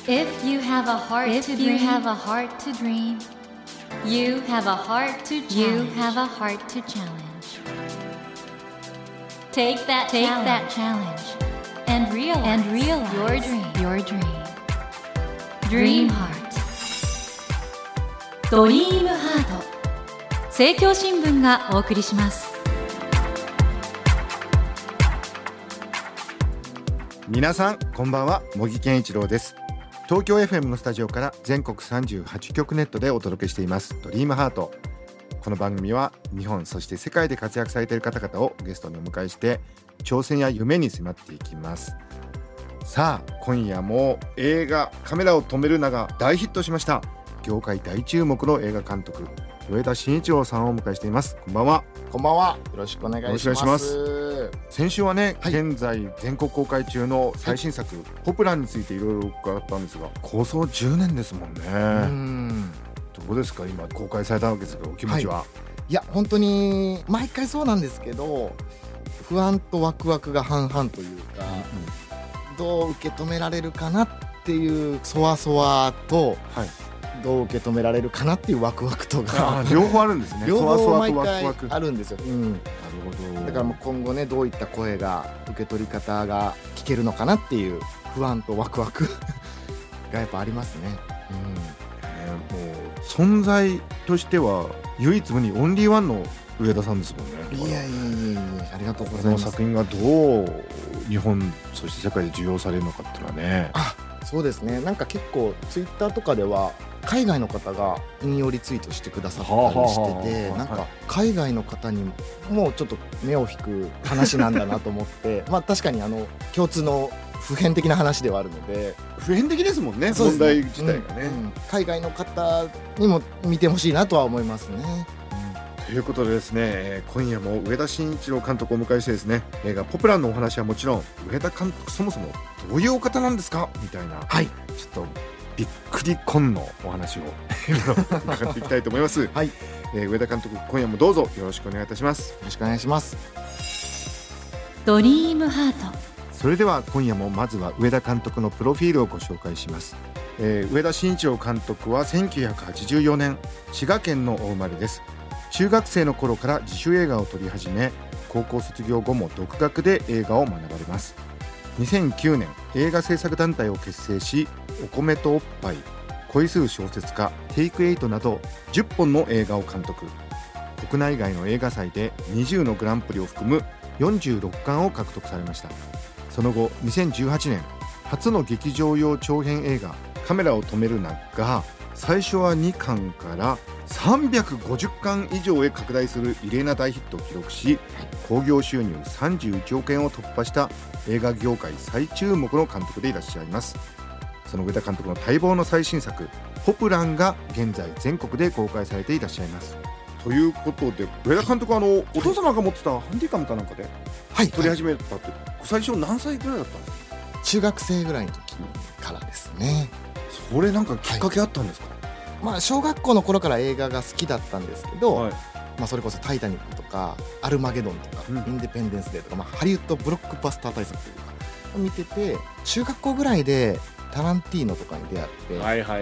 If you have a heart to dream, you have a heart to dream. You have a heart to challenge. You have a heart to challenge. Take that challenge and realize your dream. Dream Heart. ドリームハート。政教新聞がお送りします。 皆さんこんばんは、茂木健一郎です。東京 FM のスタジオから全国38局ネットでお届けしていますドリームハート。この番組は日本そして世界で活躍されている方々をゲストにお迎えして挑戦や夢に迫っていきます。さあ今夜も映画カメラを止めるなが大ヒットしました。業界大注目の映画監督上田慎一郎さんをお迎えしています。こんばんは。 こんばんは。よろしくお願いします。 先週はね、 はい、 現在全国公開中の最新作、ポプランについていろいろ伺ったんですが、構想10年ですもんね。どうですか今公開されたわけですけどお気持ちは。 いや本当に毎回そうなんですけど、不安とワクワクが半々というか、どう受け止められるかなっていうそわそわと、どう受け止められるかなっていうワクワクとが両方あるんですね。 両方毎そわそわとワ回クワクあるんですよ。 なるほど。 だからもう今後ねどういった声が受け取り方が聞けるのかなっていう不安とワクワクがやっぱありますね。 もう存在としては唯一無二オンリーワンの上田さんですもんね。 いやありがとうございます。 この作品がどう日本そして世界で受容されるのかっていうのはね。 そうですね。なんか結構ツイッターとかでは海外の方が引用リツイートしてくださったりしてて、なんか海外の方にもちょっと目を引く話なんだなと思ってまあ確かに共通の普遍的な話ではあるので、 普遍的ですもんね、 そうですね、 問題自体がね、 海外の方にも見てほしいなとは思いますね。 ということでですね、今夜も上田慎一郎監督をお迎えしてですね、映画ポプランのお話はもちろん上田監督そもそもどういうお方なんですかみたいな、ちょっとびっくりコンのお話を伺っていきたいと思います。上田監督今夜もどうぞよろしくお願いいたします。 よろしくお願いします。 ドリームハート。 それでは今夜もまずは上田監督のプロフィールをご紹介します。上田慎一郎監督は1984年滋賀県のお生まれです。中学生の頃から自主映画を撮り始め、高校卒業後も独学で映画を学ばれます。2009年映画制作団体を結成し、お米とおっぱい、恋する小説家、テイク8など10本の映画を監督。国内外の映画祭で20のグランプリを含む46冠を獲得されました。その後2018年初の劇場用長編映画カメラを止めるなが最初は2巻から350巻以上へ拡大する異例な大ヒットを記録し、興行収入31億円を突破した映画業界最注目の監督でいらっしゃいます。その上田監督の待望の最新作ポプランが現在全国で公開されていらっしゃいます。ということで上田監督はお父様が持ってたハンディカムかなんかで撮り始めたって、最初何歳ぐらいだったんですか？ 中学生ぐらいの時からですね。 それなんかきっかけあったんですか？ 小学校の頃から映画が好きだったんですけど、それこそタイタニックとかアルマゲドンとか、インディペンデンスデーとか、ハリウッドブロックバスター対策というか見てて、中学校ぐらいでタランティーノとかに出会って、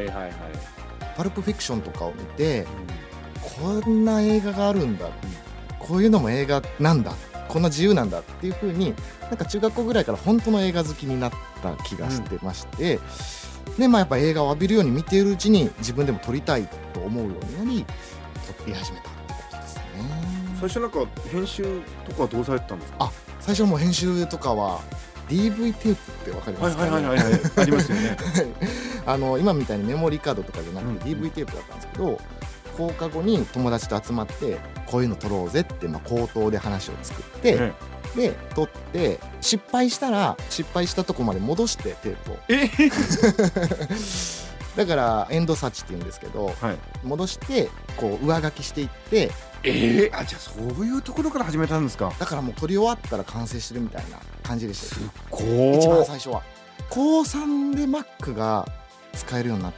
パルプフィクションとかを見て、こんな映画があるんだ、こういうのも映画なんだ、こんな自由なんだっていう風になんか中学校ぐらいから本当の映画好きになった気がしてまして、でやっぱ映画を浴びるように見ているうちに自分でも撮りたいと思うようになり撮り始めたってことですね。 最初なんか編集とかはどうされてたんですか？ 最初もう編集とかは DV テープってわかりますかね？ ありますよね今みたいにメモリーカードとかじゃなくて DV テープだったんですけど、放課後に友達と集まってこういうの撮ろうぜって口頭で話を作って、で撮って失敗したとこまで戻してテープをだからエンドサーチって言うんですけど、戻してこう上書きしていって、 じゃあそういうところから始めたんですか？ だからもう撮り終わったら完成してるみたいな感じでした。 すっごい。 一番最初は高3で Mac が使えるようになって、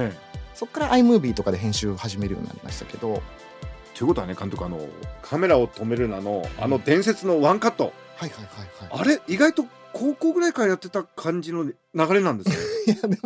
そっから iMovie とかで編集を始めるようになりましたけど。 ということはね、監督カメラを止めるなの伝説のワンカット、あれ意外と高校ぐらいからやってた感じの流れなんですね。 いやでも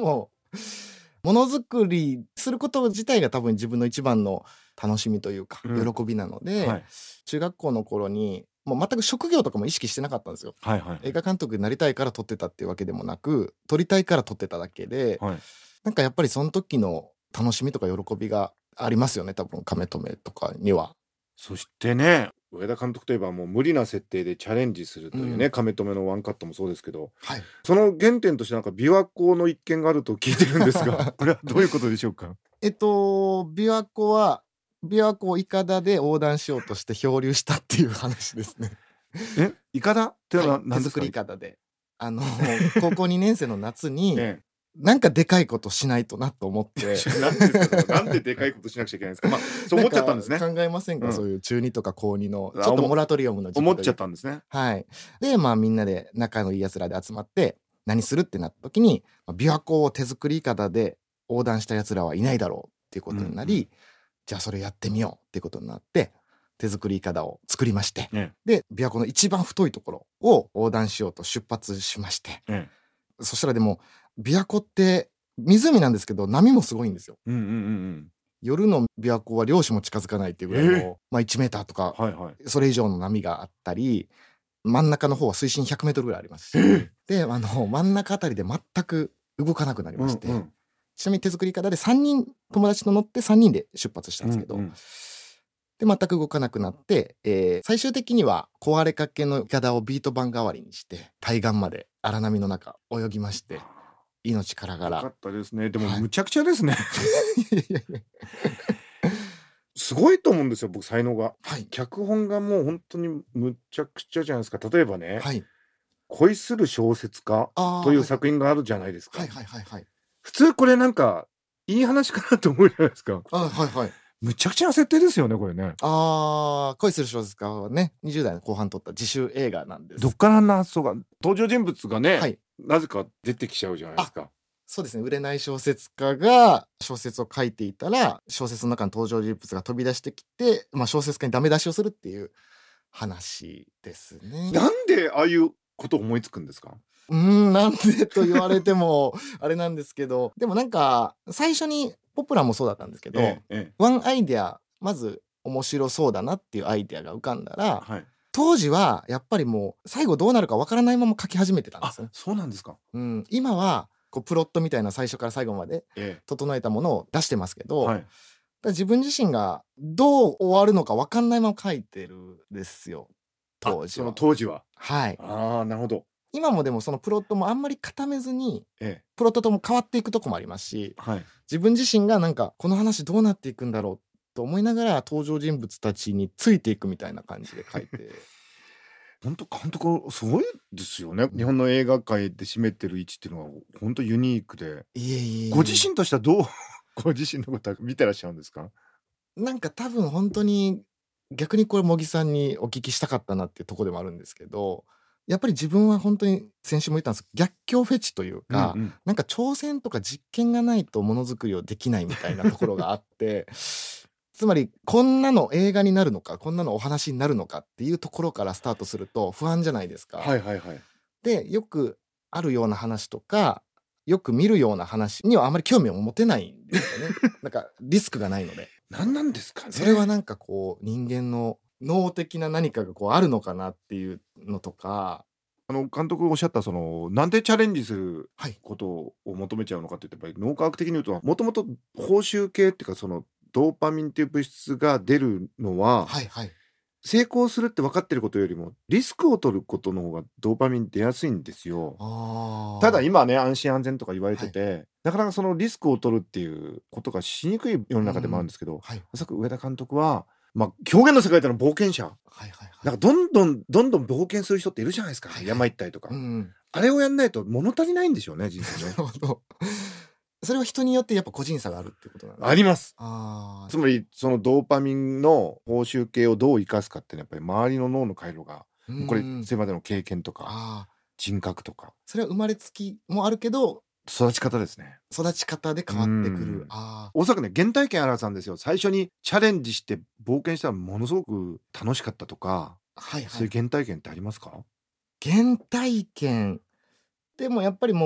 ものづくりすること自体が多分自分の一番の楽しみというか、喜びなので、 はい中学校の頃にもう全く職業とかも意識してなかったんですよ。 はいはい映画監督になりたいから撮ってたっていうわけでもなく、撮りたいから撮ってただけで、 はいなんかやっぱりその時の楽しみとか喜びがありますよね、多分カメ止めとかには。 そしてね、上田監督といえばもう無理な設定でチャレンジするというね、カメ止めのワンカットもそうですけど、 はい。 その原点としてなんか琵琶湖の一件があると聞いてるんですがこれはどういうことでしょうか？ 琵琶湖をいかだで横断しようとして漂流したっていう話ですね。 イカダってのははい、 何ですか？ 手作りいかだで。高校2年生の夏に、 えなんかでかいことしないとなと思って。 なんですか、なんででかいことしなくちゃいけないんですか？まあそう思っちゃったんですね。 なんか考えませんか、 うんそういう中2とか高2のあちょっとモラトリアムの時期思っちゃったんですね。 はい。でまあみんなで仲のいいやつらで集まって何するってなった時に、琵琶湖を手作りいかだで横断したやつらはいないだろうっていうことになり、じゃあそれやってみようっていうことになって手作りいかだを作りまして、で琵琶湖の一番太いところを横断しようと出発しまして、そしたらでも琵琶湖って湖なんですけど波もすごいんですよ。夜の琵琶湖は漁師も近づかないっていうぐらいの、まあ1メーターとか、それ以上の波があったり、真ん中の方は水深100メートルぐらいありますし、で真ん中あたりで全く動かなくなりまして、ちなみに手作りいかだで3人友達と乗って3人で出発したんですけど、で全く動かなくなって、最終的には壊れかけのいかだをビート板代わりにして対岸まで荒波の中泳ぎまして、命からがら。 よかったですね。でもむちゃくちゃですね。すごいと思うんですよ、僕才能が。脚本がもう本当にむちゃくちゃじゃないですか。例えばね、恋する小説家という作品があるじゃないですか。普通これなんかいい話かなと思うじゃないですか。むちゃくちゃな設定ですよね、これね。 恋する小説家はね、20代の後半撮った自主映画なんです。 どっからあんな発想が、登場人物がね、なぜか出てきちゃうじゃないですか。 そうですね、売れない小説家が小説を書いていたら、小説の中の登場人物が飛び出してきて、まあ、小説家にダメ出しをするっていう話ですね。 なんでああいうことを思いつくんですか？ なんでと言われてもあれなんですけど、でもなんか最初にポプラもそうだったんですけど、ワンアイデア、まず面白そうだなっていうアイデアが浮かんだら、当時はやっぱりもう最後どうなるかわからないまま書き始めてたんですね。 そうなんですか。 今はこうプロットみたいな最初から最後まで整えたものを出してますけど、自分自身がどう終わるのか分かんないまま書いてるんですよ、当時は。 その当時は。 なるほど。 今もでもそのプロットもあんまり固めずに、プロットとも変わっていくとこもありますし、自分自身がなんかこの話どうなっていくんだろうと思いながら登場人物たちについていくみたいな感じで書いて。 本当監督すごいですよね。日本の映画界で占めてる位置っていうのは本当ユニークで。ご自身としてはどうご自身のことは見てらっしゃるんですか？ なんか多分本当に逆にこれ茂木さんにお聞きしたかったなっていうところでもあるんですけど、やっぱり自分は本当に先週も言ったんですけど、逆境フェチというか、なんか挑戦とか実験がないとものづくりをできないみたいなところがあってつまりこんなの映画になるのか、こんなのお話になるのかっていうところからスタートすると不安じゃないですか。でよくあるような話とかよく見るような話にはあまり興味を持てないんですよね。なんかリスクがないので。 何なんですかね。 それはなんかこう人間の脳的な何かがこうあるのかなっていうのとか。 監督がおっしゃったそのなんでチャレンジすることを求めちゃうのかって言って、やっぱり脳科学的に言うともともと報酬系っていうかそのドーパミンっていう物質が出るのは、成功するって分かってることよりもリスクを取ることの方がドーパミン出やすいんですよ。ただ今ね安心安全とか言われてて、なかなかそのリスクを取るっていうことがしにくい世の中でもあるんですけど、おそらく上田監督は、表現の世界での冒険者、なんかどんどん冒険する人っているじゃないですか、山行ったりとか、あれをやんないと物足りないんでしょうね、人生ね。 それは人によってやっぱ個人差があるってことなんですか？ あります。つまりそのドーパミンの報酬系をどう生かすかっていうのはやっぱり周りの脳の回路が、これそれまでの経験とか人格とか、 それは生まれつきもあるけど育ち方ですね。 育ち方で変わってくる。 おそらくね原体験あるはずなんですよ。最初にチャレンジして冒険したらものすごく楽しかったとか、そういう原体験ってありますか？ 原体験でもやっぱりもう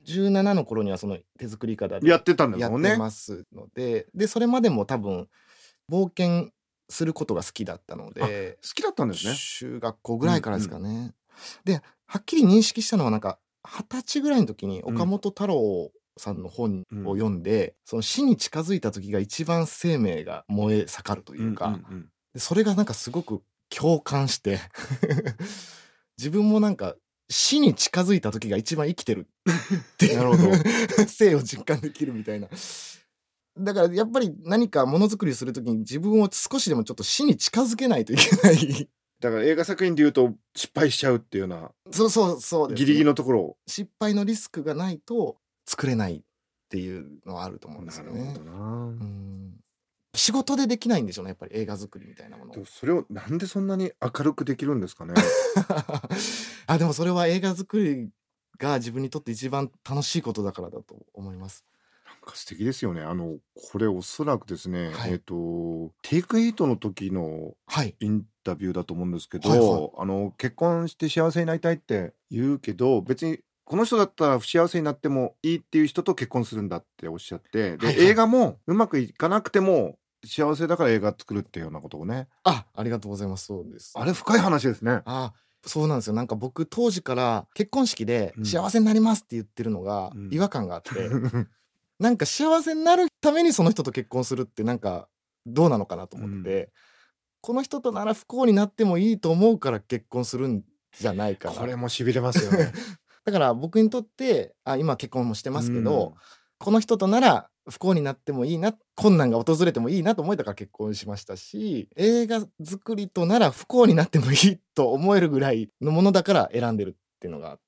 17の頃にはその手作り方でやってたんですやっもんね。 てますので、でそれまでも多分冒険することが好きだったので、 好きだったんですね。 中学校ぐらいからですかね。ではっきり認識したのはなんか20歳ぐらいの時に岡本太郎さんの本を読んで、その死に近づいた時が一番生命が燃え盛るというか、でそれがなんかすごく共感して自分もなんか死に近づいた時が一番生きてるっていうなるほど生を実感できるみたいな。だからやっぱり何かものづくりする時に自分を少しでもちょっと死に近づけないといけないだから映画作品でいうと失敗しちゃうっていうようなそうですね、 ギリギリのところを。 失敗のリスクがないと作れないっていうのはあると思うんですよね。 なるほどな。 仕事でできないんでしょうね、やっぱり映画作りみたいなものでもそれをなんでそんなに明るくできるんですかね。 でもそれは映画作りが自分にとって一番楽しいことだからだと思います。 なんか素敵ですよね。これおそらくですね、 はいテイク8の時のはいインタビューだと思うんですけど、 はい結婚して幸せになりたいって言うけど、別にこの人だったら不幸せになってもいいっていう人と結婚するんだっておっしゃって、で、 はいはい映画もうまくいかなくても幸せだから映画作るっていうようなことをね。 ありがとうございます。そうです。 あれ深い話ですね。 そうなんですよ。なんか僕当時から結婚式で幸せになりますって言ってるのが違和感があって、なんか幸せになるためにその人と結婚するってなんかどうなのかなと思って、この人となら不幸になってもいいと思うから結婚するんじゃないかな。 これも痺れますよね。 だから僕にとって今結婚もしてますけど、この人となら不幸になってもいいな、困難が訪れてもいいなと思えたから結婚しましたし、映画作りとなら不幸になってもいいと思えるぐらいのものだから選んでるっていうのがあって、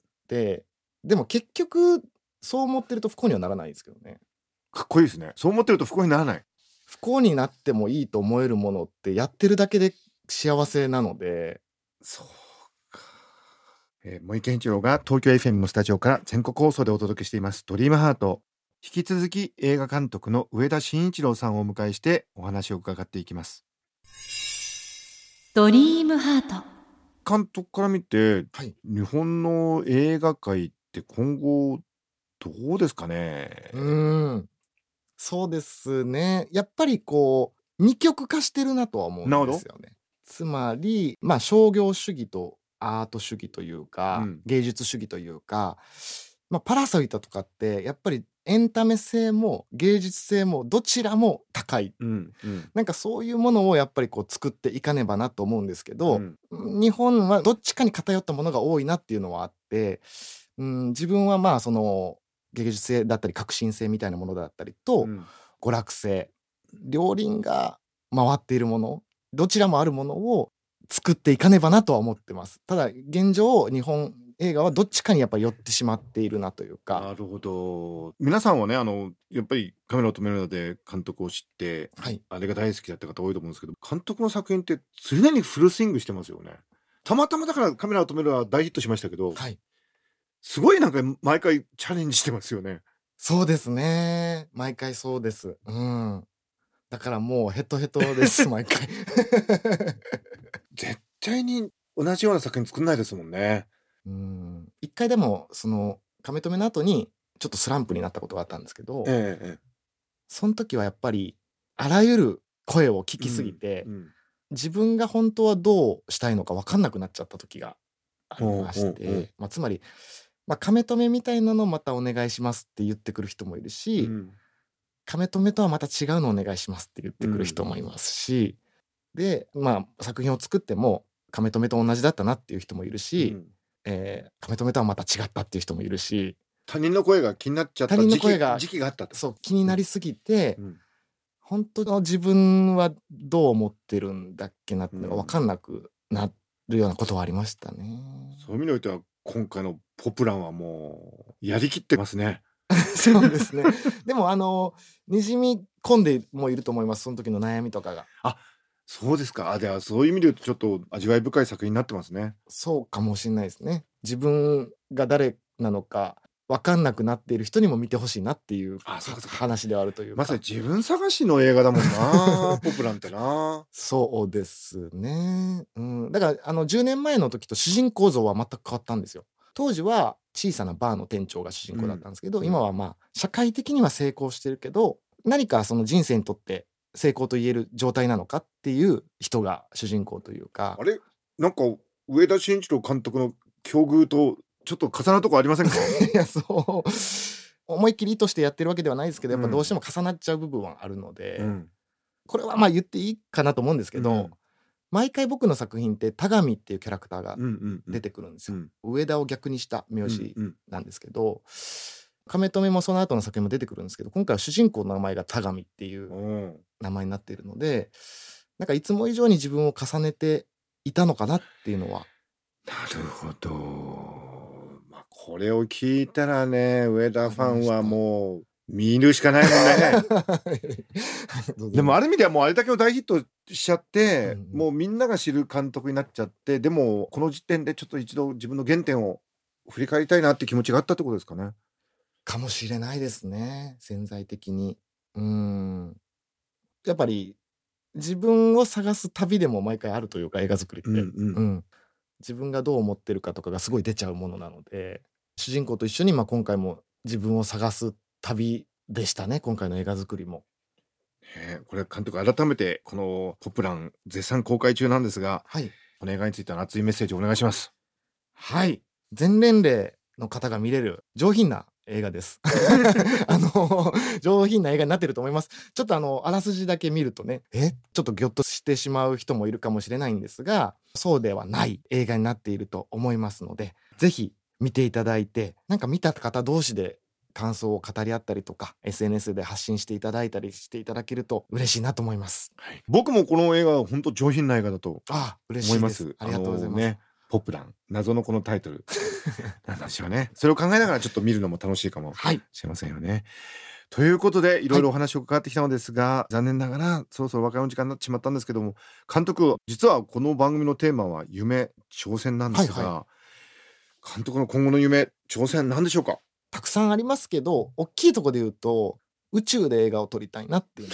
でも結局そう思ってると不幸にはならないですけどね。 かっこいいですね。そう思ってると不幸にならない。 不幸になってもいいと思えるものってやってるだけで幸せなので。 そうか。森健一郎が東京 FM のスタジオから全国放送でお届けしていますドリームハート。引き続き映画監督の上田慎一郎さんをお迎えしてお話を伺っていきます。 ドリームハート。 監督から見て、日本の映画界って今後どうですかね。 そうですね。やっぱりこう二極化してるなとは思うんですよね。つまり商業主義とアート主義というか、芸術主義というか、パラサイトとかってやっぱりエンタメ性も芸術性もどちらも高い、なんかそういうものをやっぱりこう作っていかねばなと思うんですけど、日本はどっちかに偏ったものが多いなっていうのはあって、自分はその芸術性だったり革新性みたいなものだったりと、娯楽性両輪が回っているもの、どちらもあるものを作っていかねばなとは思ってます。ただ現状日本映画はどっちかにやっぱり寄ってしまっているなというか。 なるほど。皆さんはねやっぱりカメラを止めるので監督を知って、あれが大好きだった方多いと思うんですけど、監督の作品って常にフルスイングしてますよね。たまたまだからカメラを止めるは大ヒットしましたけど、すごいなんか毎回チャレンジしてますよね。 そうですね、毎回そうです。だからもうヘトヘトです毎回絶対に同じような作品作んないですもんね。 一回でもそのカメ止めの後にちょっとスランプになったことがあったんですけど、その時はやっぱりあらゆる声を聞きすぎて、自分が本当はどうしたいのか分かんなくなっちゃった時がありまして、つまりカメ止めみたいなのまたお願いしますって言ってくる人もいるし、カメ止めとはまた違うのお願いしますって言ってくる人もいますし、で作品を作ってもカメ止めと同じだったなっていう人もいるし、カメ止めとはまた違ったっていう人もいるし、 他人の声が気になっちゃった時期があったと。 そう気になりすぎて、本当の自分はどう思ってるんだっけなってのが分かんなくなるようなことはありましたね。 そういう意味においては今回のポプランはもうやりきってますね。 そうですね。でもにじみ込んでもいると思います、その時の悩みとかが。 そうですか。ではそういう意味で言うとちょっと味わい深い作品になってますね。 そうかもしれないですね。自分が誰なのか分かんなくなっている人にも見てほしいなっていう話ではあるというか。 まさに自分探しの映画だもんなポプランってな。 そうですね。だから10年前の時と主人公像は全く変わったんですよ。 当時は小さなバーの店長が主人公だったんですけど、今はまあ社会的には成功してるけど、何かその人生にとって成功と言える状態なのかっていう人が主人公というか。 あれ、なんか上田慎一郎監督の境遇とちょっと重なるとこありませんか？ いや、そう思いっきり意図してやってるわけではないですけど、やっぱどうしても重なっちゃう部分はあるので、これはまあ言っていいかなと思うんですけど、毎回僕の作品って田上っていうキャラクターが出てくるんですよ。上田を逆にした名字なんですけど、亀止めもその後の作品も出てくるんですけど、今回は主人公の名前が田上っていう名前になっているので、なんかいつも以上に自分を重ねていたのかなっていうのは。 なるほど。まあ、これを聞いたらね、上田ファンはもう見るしかないもんね。でもある意味ではもうあれだけの大ヒットしちゃって、もうみんなが知る監督になっちゃって、でもこの時点でちょっと一度自分の原点を振り返りたいなって気持ちがあったってことですかね。 かもしれないですね、潜在的に。やっぱり自分を探す旅でも毎回あるというか、映画作りって、自分がどう思ってるかとかがすごい出ちゃうものなので、主人公と一緒にまあ今回も自分を探す旅でしたね、今回の映画作りも。 これ監督改めてこのポプラン絶賛公開中なんですが、この映画についての熱いメッセージをお願いします。 はい、全年齢の方が見れる上品な映画です上品な映画になってると思います。ちょっとあらすじだけ見るとね、ちょっとギョッとしてしまう人もいるかもしれないんですが、そうではない映画になっていると思いますので、ぜひ見ていただいて、なんか見た方同士で感想を語り合ったりとか SNS で発信していただいたりしていただけると嬉しいなと思います。 僕もこの映画は本当上品な映画だと思います。 嬉しいです。ありがとうございます。 ポプラン、謎のこのタイトルなんでしょうね。それを考えながらちょっと見るのも楽しいかもしれませんよね。ということでいろいろお話を伺ってきたのですが、残念ながらそろそろお別れの時間になってしまったんですけども、監督、実はこの番組のテーマは夢、挑戦なんですが、監督の今後の夢、挑戦なんでしょうか？ たくさんありますけど、大きいところで言うと宇宙で映画を撮りたいなっていう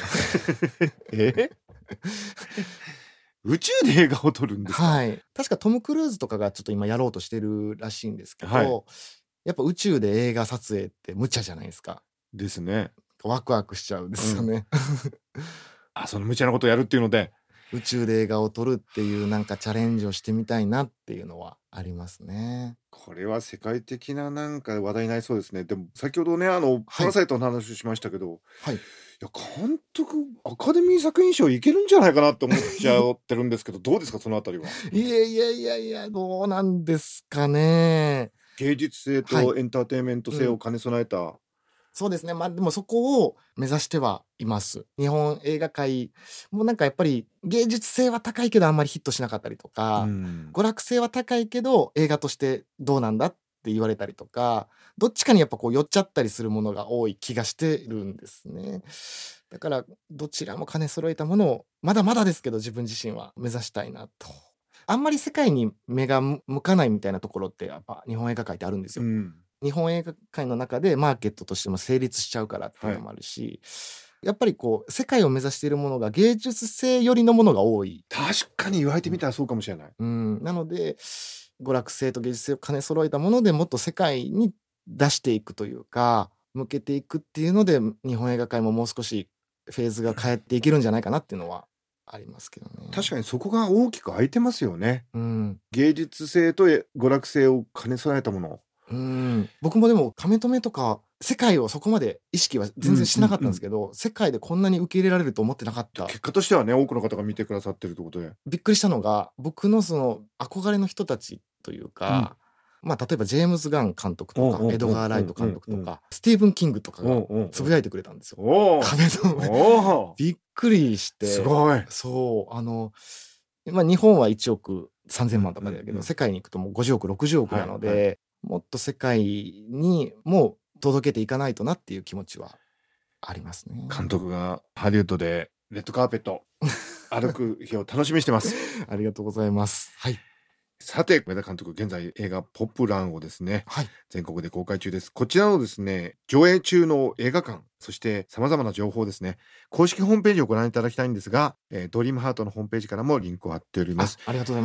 宇宙で映画を撮るんですか？ 確かトム・クルーズとかがちょっと今やろうとしてるらしいんですけど、やっぱ宇宙で映画撮影って無茶じゃないですか。 ですね。 ワクワクしちゃうんですよね、 その無茶なことをやるっていうので、 宇宙で映画を撮るっていうなんかチャレンジをしてみたいなっていうのはありますね。 これは世界的ななんか話題になりそうですね。でも先ほどねパラサイトの話をしましたけど、いや監督アカデミー作品賞いけるんじゃないかなって思っちゃってるんですけどどうですか、そのあたりは。 いやどうなんですかね。 芸術性とエンターテインメント性を兼ね備えた、 そうですね。まあでもそこを目指してはいます。日本映画界もなんかやっぱり芸術性は高いけどあんまりヒットしなかったりとか、娯楽性は高いけど映画としてどうなんだって言われたりとか、どっちかにやっぱこう寄っちゃったりするものが多い気がしてるんですね。だからどちらも兼ね揃えたものをまだまだですけど自分自身は目指したいなと。あんまり世界に目が向かないみたいなところってやっぱ日本映画界ってあるんですよ。日本映画界の中でマーケットとしても成立しちゃうからっていうのもあるし、やっぱりこう世界を目指しているものが芸術性寄りのものが多い。 確かに言われてみたらそうかもしれない。 なので娯楽性と芸術性を兼ね揃えたものでもっと世界に出していくというか向けていくっていうので、日本映画界ももう少しフェーズが変えていけるんじゃないかなっていうのはありますけどね。 確かにそこが大きく空いてますよね。芸術性と娯楽性を兼ね備えたもの。 僕もでも亀止めとか世界をそこまで意識は全然してなかったんですけど、世界でこんなに受け入れられると思ってなかった。 結果としてはね、多くの方が見てくださってるということでびっくりしたのが、僕のその憧れの人たちというか、まあ例えばジェームズ・ガン監督とかエドガー・ライト監督とかスティーブン・キングとかがつぶやいてくれたんですよ。亀止めびっくりして。 すごい。 そうまあ日本は1億3000万とかだけど、世界に行くともう50億60億なので、もっと世界にも届けていかないとなっていう気持ちはありますね。 監督がハリウッドでレッドカーペット歩く日を楽しみにしてますありがとうございます。 さて上田監督、現在映画ポプランをですね、全国で公開中です。こちらのですね上映中の映画館、そして様々な情報ですね、公式ホームページをご覧いただきたいんですが、ドリームハートのホームページからもリンクを貼っております。 ありがとうございます。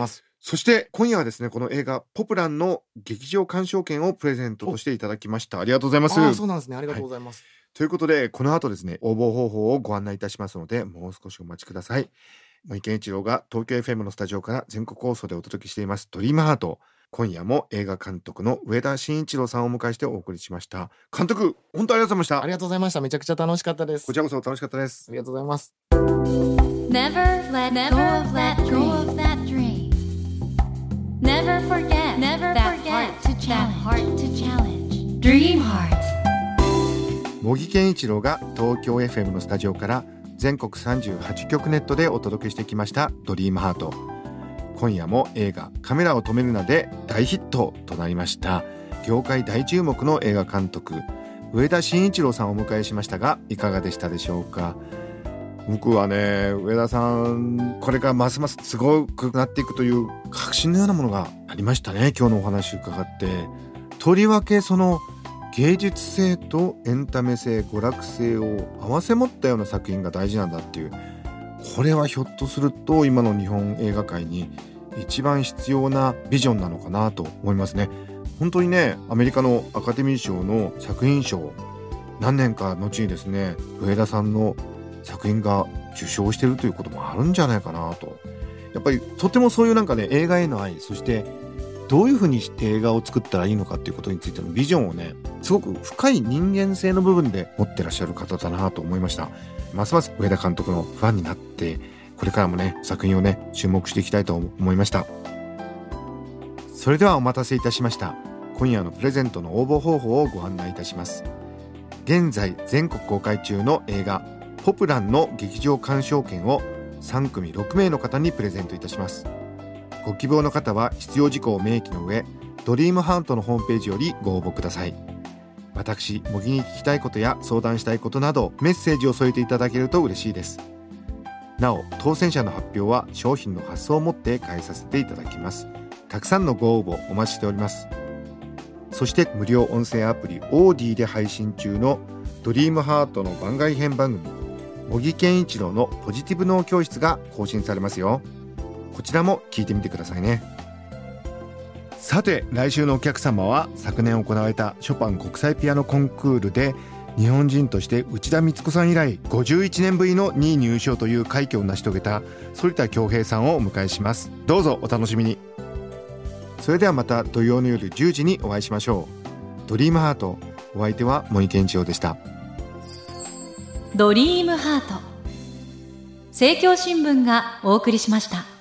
そして今夜はですね、この映画ポプランの劇場鑑賞券をプレゼントとしていただきました。ありがとうございます。 そうなんですね、ありがとうございます、 ということで、この後ですね、応募方法をご案内いたしますので、もう少しお待ちください。森健一郎が東京 FM のスタジオから全国放送でお届けしていますドリームハート。今夜も映画監督の上田慎一郎さんをお迎えしてお送りしました。監督、本当ありがとうございました。 ありがとうございました。めちゃくちゃ楽しかったです。 こちらこそ楽しかったです。 ありがとうございます。 Never let go of that dream. Never forget that heart to challenge. Dream Heart. 茂木健一郎が東京 FM のスタジオから全国38局ネットでお届けしてきましたドリームハート。今夜も映画カメラを止めるなで大ヒットとなりました。業界大注目の映画監督上田慎一郎さんをお迎えしましたが、いかがでしたでしょうか。僕はね、上田さんこれからますますすごくなっていくという確信のようなものがありましたね。今日のお話伺って、とりわけその芸術性とエンタメ性、娯楽性を併せ持ったような作品が大事なんだっていう、これはひょっとすると今の日本映画界に一番必要なビジョンなのかなと思いますね。本当にね、アメリカのアカデミー賞の作品賞、何年か後にですね、上田さんの作品が受賞しているということもあるんじゃないかなと。やっぱりとてもそういうなんかね、映画への愛、そしてどういうふうにして映画を作ったらいいのかっていうことについてのビジョンをね、すごく深い人間性の部分で持ってらっしゃる方だなと思いました。ますます上田監督のファンになって、これからもね、作品をね、注目していきたいと思いました。それではお待たせいたしました。今夜のプレゼントの応募方法をご案内いたします。現在全国公開中の映画ポプランの劇場鑑賞券を3組6名の方にプレゼントいたします。ご希望の方は必要事項を明記の上、ドリームハートのホームページよりご応募ください。私、茂木に聞きたいことや相談したいことなどメッセージを添えていただけると嬉しいです。なお、当選者の発表は商品の発送をもって返させていただきます。たくさんのご応募お待ちしております。そして無料音声アプリオーディで配信中のドリームハートの番外編番組、茂木健一郎のポジティブ脳教室が更新されますよ。こちらも聞いてみてくださいね。さて、来週のお客様は昨年行われたショパン国際ピアノコンクールで日本人として内田光子さん以来51年ぶりの2位入賞という快挙を成し遂げた反田恭平さんをお迎えします。どうぞお楽しみに。それではまた土曜の夜10時にお会いしましょう。ドリームハート、お相手は森健一郎でした。 ドリームハート、政教新聞がお送りしました。